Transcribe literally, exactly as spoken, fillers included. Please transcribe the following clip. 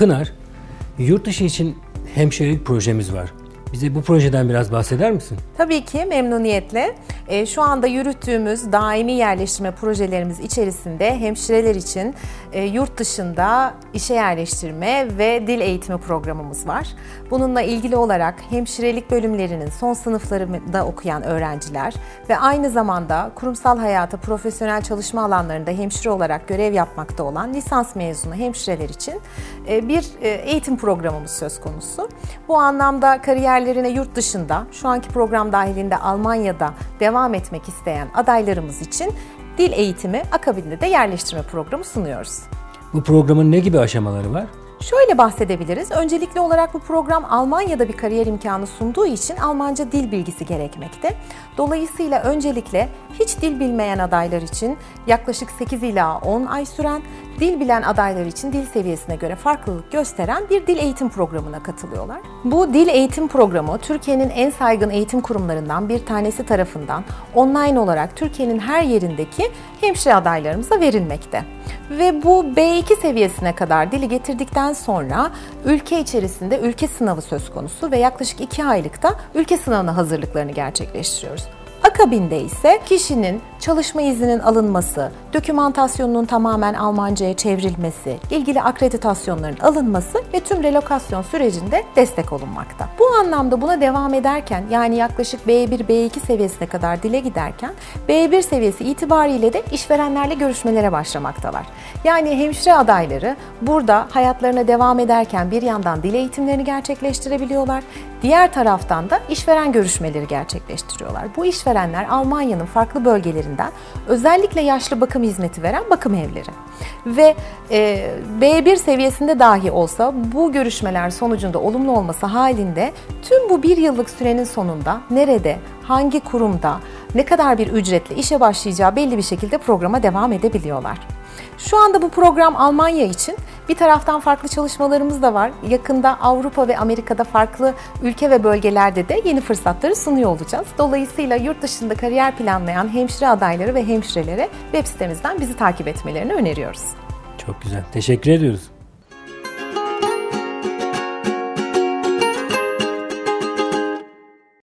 Pınar, yurt dışı için hemşirelik projemiz var. Bize bu projeden biraz bahseder misin? Tabii ki memnuniyetle. E, şu anda yürüttüğümüz daimi yerleştirme projelerimiz içerisinde hemşireler için e, yurt dışında işe yerleştirme ve dil eğitimi programımız var. Bununla ilgili olarak hemşirelik bölümlerinin son sınıflarında okuyan öğrenciler ve aynı zamanda kurumsal hayata, profesyonel çalışma alanlarında hemşire olarak görev yapmakta olan lisans mezunu hemşireler için e, bir e, eğitim programımız söz konusu. Bu anlamda kariyerlerine yurt dışında, şu anki program dahilinde Almanya'da devam etmek isteyen adaylarımız için dil eğitimi, akabinde de yerleştirme programı sunuyoruz. Bu programın ne gibi aşamaları var? Şöyle bahsedebiliriz. Öncelikli olarak bu program Almanya'da bir kariyer imkanı sunduğu için Almanca dil bilgisi gerekmekte. Dolayısıyla öncelikle hiç dil bilmeyen adaylar için yaklaşık sekiz ila on ay süren, dil bilen adaylar için dil seviyesine göre farklılık gösteren bir dil eğitim programına katılıyorlar. Bu dil eğitim programı Türkiye'nin en saygın eğitim kurumlarından bir tanesi tarafından online olarak Türkiye'nin her yerindeki hemşire adaylarımıza verilmekte. Ve bu B iki seviyesine kadar dili getirdikten sonra ülke içerisinde ülke sınavı söz konusu ve yaklaşık iki aylıkta ülke sınavına hazırlıklarını gerçekleştiriyoruz. Akabinde ise kişinin çalışma izninin alınması, dokümantasyonunun tamamen Almanca'ya çevrilmesi, ilgili akreditasyonların alınması ve tüm relokasyon sürecinde destek olunmakta. Bu anlamda buna devam ederken, yani yaklaşık B bir B iki seviyesine kadar dile giderken B bir seviyesi itibariyle de işverenlerle görüşmelere başlamaktalar. Yani hemşire adayları burada hayatlarına devam ederken bir yandan dil eğitimlerini gerçekleştirebiliyorlar, diğer taraftan da işveren görüşmeleri gerçekleştiriyorlar. Bu işverenler Almanya'nın farklı bölgelerinden özellikle yaşlı bakım hizmeti veren bakım evleri. Ve e, B bir seviyesinde dahi olsa bu görüşmeler sonucunda olumlu olması halinde tüm bu bir yıllık sürenin sonunda nerede, hangi kurumda, ne kadar bir ücretle işe başlayacağı belli bir şekilde programa devam edebiliyorlar. Şu anda bu program Almanya için. Bir taraftan farklı çalışmalarımız da var. Yakında Avrupa ve Amerika'da farklı ülke ve bölgelerde de yeni fırsatları sunuyor olacağız. Dolayısıyla yurt dışında kariyer planlayan hemşire adayları ve hemşirelere web sitemizden bizi takip etmelerini öneriyoruz. Çok güzel. Teşekkür ediyoruz.